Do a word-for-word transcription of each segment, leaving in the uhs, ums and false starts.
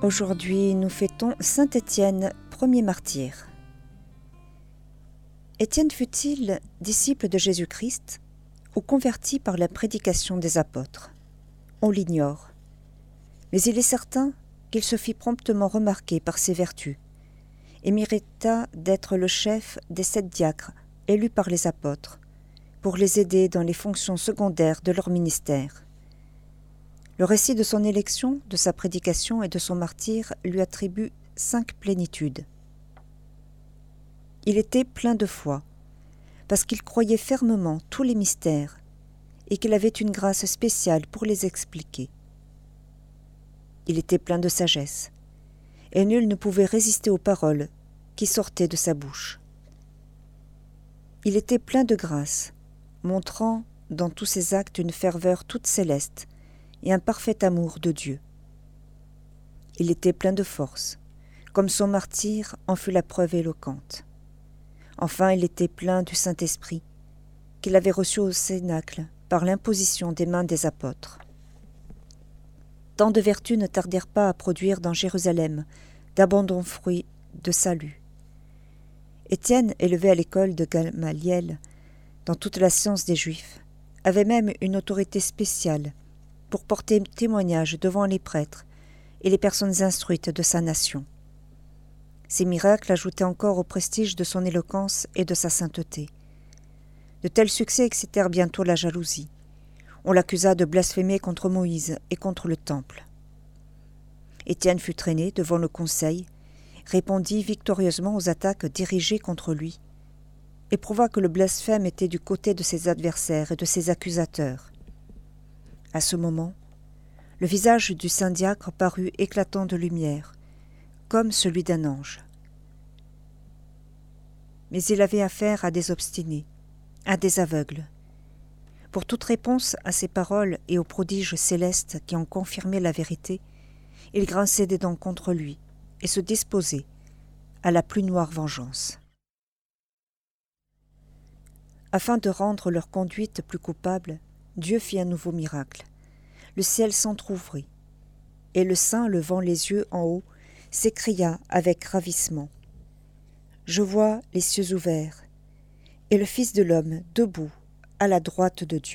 Aujourd'hui, nous fêtons saint Étienne, premier martyr. Étienne fut-il disciple de Jésus-Christ ou converti par la prédication des apôtres? On l'ignore. Mais il est certain qu'il se fit promptement remarquer par ses vertus et mérita d'être le chef des sept diacres élus par les apôtres pour les aider dans les fonctions secondaires de leur ministère. Le récit de son élection, de sa prédication et de son martyre lui attribue cinq plénitudes. Il était plein de foi, parce qu'il croyait fermement tous les mystères et qu'il avait une grâce spéciale pour les expliquer. Il était plein de sagesse, et nul ne pouvait résister aux paroles qui sortaient de sa bouche. Il était plein de grâce, montrant dans tous ses actes une ferveur toute céleste et un parfait amour de Dieu. Il était plein de force, comme son martyre en fut la preuve éloquente. Enfin, il était plein du Saint-Esprit, qu'il avait reçu au Cénacle par l'imposition des mains des apôtres. Tant de vertus ne tardèrent pas à produire dans Jérusalem d'abondants fruits de salut. Étienne, élevé à l'école de Gamaliel, dans toute la science des Juifs, avait même une autorité spéciale pour porter témoignage devant les prêtres et les personnes instruites de sa nation. Ces miracles ajoutaient encore au prestige de son éloquence et de sa sainteté. De tels succès excitèrent bientôt la jalousie. On l'accusa de blasphémer contre Moïse et contre le temple. Étienne fut traîné devant le conseil, répondit victorieusement aux attaques dirigées contre lui, et prouva que le blasphème était du côté de ses adversaires et de ses accusateurs. À ce moment, le visage du saint diacre parut éclatant de lumière, comme celui d'un ange. Mais il avait affaire à des obstinés, à des aveugles. Pour toute réponse à ces paroles et aux prodiges célestes qui ont confirmé la vérité, ils grinçaient des dents contre lui et se disposaient à la plus noire vengeance. Afin de rendre leur conduite plus coupable, Dieu fit un nouveau miracle. Le ciel s'entr'ouvrit, et le saint, levant les yeux en haut, s'écria avec ravissement. « Je vois les cieux ouverts, et le Fils de l'homme debout à la droite de Dieu. »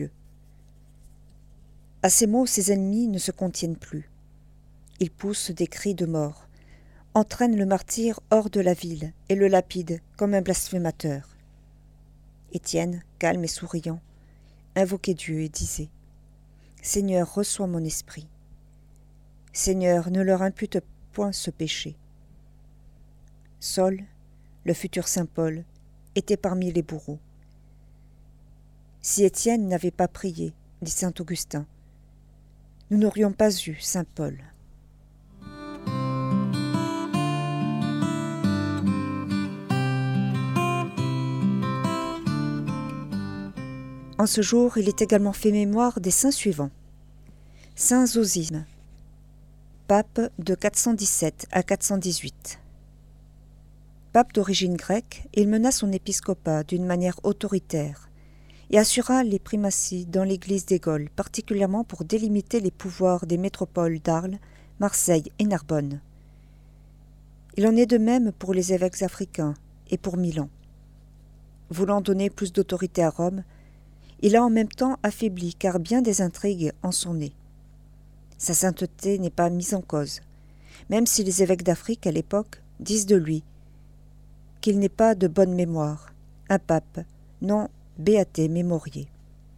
À ces mots, ses ennemis ne se contiennent plus. Ils poussent des cris de mort, entraînent le martyr hors de la ville et le lapident comme un blasphémateur. Étienne, calme et souriant, invoquait Dieu et disait « Seigneur, reçois mon esprit. Seigneur, ne leur impute point ce péché. » Saul, le futur saint Paul, était parmi les bourreaux. Si Étienne n'avait pas prié, dit saint Augustin, nous n'aurions pas eu saint Paul. En ce jour, il est également fait mémoire des saints suivants. Saint Zosime, pape de quatre cent dix-sept à quatre cent dix-huit. Pape d'origine grecque, il mena son épiscopat d'une manière autoritaire et assura les primaties dans l'église des Gaules, particulièrement pour délimiter les pouvoirs des métropoles d'Arles, Marseille et Narbonne. Il en est de même pour les évêques africains et pour Milan. Voulant donner plus d'autorité à Rome, il a en même temps affaibli, car bien des intrigues en sont nées. Sa sainteté n'est pas mise en cause, même si les évêques d'Afrique à l'époque disent de lui qu'il n'est pas de bonne mémoire, un pape, non beate mémorié.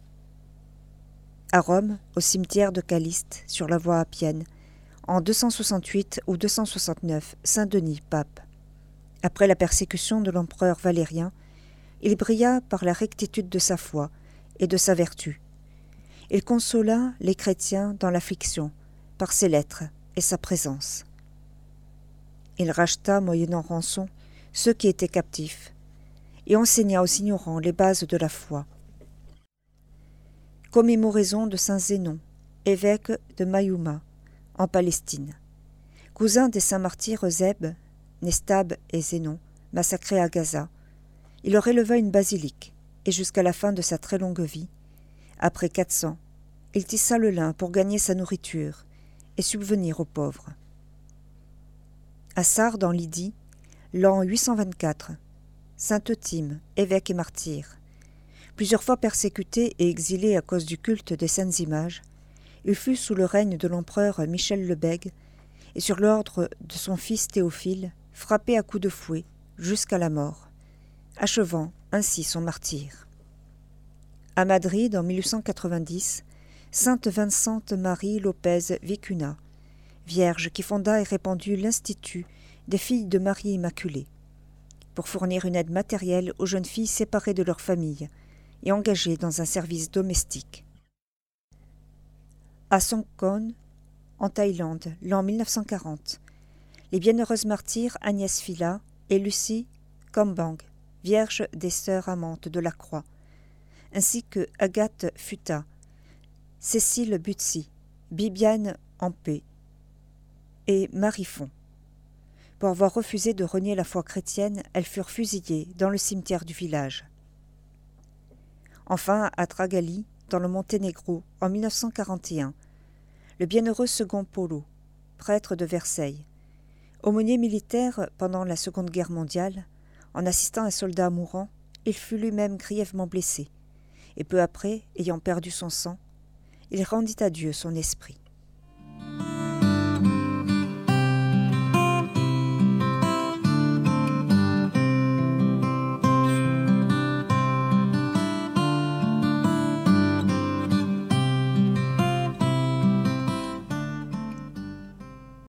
À Rome, au cimetière de Caliste, sur la voie appienne, en deux cent soixante-huit ou deux cent soixante-neuf, Saint Denis, pape. Après la persécution de l'empereur Valérien, il brilla par la rectitude de sa foi et de sa vertu. Il consola les chrétiens dans l'affliction par ses lettres et sa présence. Il racheta, moyennant rançon, ceux qui étaient captifs, et enseigna aux ignorants les bases de la foi. Commémoraison de saint Zénon, évêque de Mayouma, en Palestine. Cousin des saints martyrs Eusèbe, Nestab et Zénon, massacrés à Gaza, il leur éleva une basilique, et jusqu'à la fin de sa très longue vie, après quatre cents, il tissa le lin pour gagner sa nourriture et subvenir aux pauvres. À Sardes, en Lydie, l'an huit cent vingt-quatre, saint Euthyme, évêque et martyr. Plusieurs fois persécuté et exilé à cause du culte des saintes images, il fut sous le règne de l'empereur Michel le Bègue et sur l'ordre de son fils Théophile, frappé à coups de fouet jusqu'à la mort, achevant ainsi son martyre. À Madrid, en mille huit cent quatre-vingt-dix, sainte Vincente Marie Lopez Vicuna, vierge qui fonda et répandit l'Institut des filles de Marie Immaculée, pour fournir une aide matérielle aux jeunes filles séparées de leur famille et engagées dans un service domestique. À Songkhon, en Thaïlande, l'an mille neuf cent quarante, les bienheureuses martyrs Agnès Phila et Lucie Kambang, vierges des sœurs amantes de la Croix, ainsi que Agathe Futa, Cécile Butzi, Bibiane Ampé et Marie Font. Pour avoir refusé de renier la foi chrétienne, elles furent fusillées dans le cimetière du village. Enfin, à Dragali, dans le Monténégro, en mille neuf cent quarante et un, le bienheureux second Polo, prêtre de Versailles, aumônier militaire pendant la Seconde Guerre mondiale, en assistant un soldat mourant, il fut lui-même grièvement blessé, et peu après, ayant perdu son sang, il rendit à Dieu son esprit.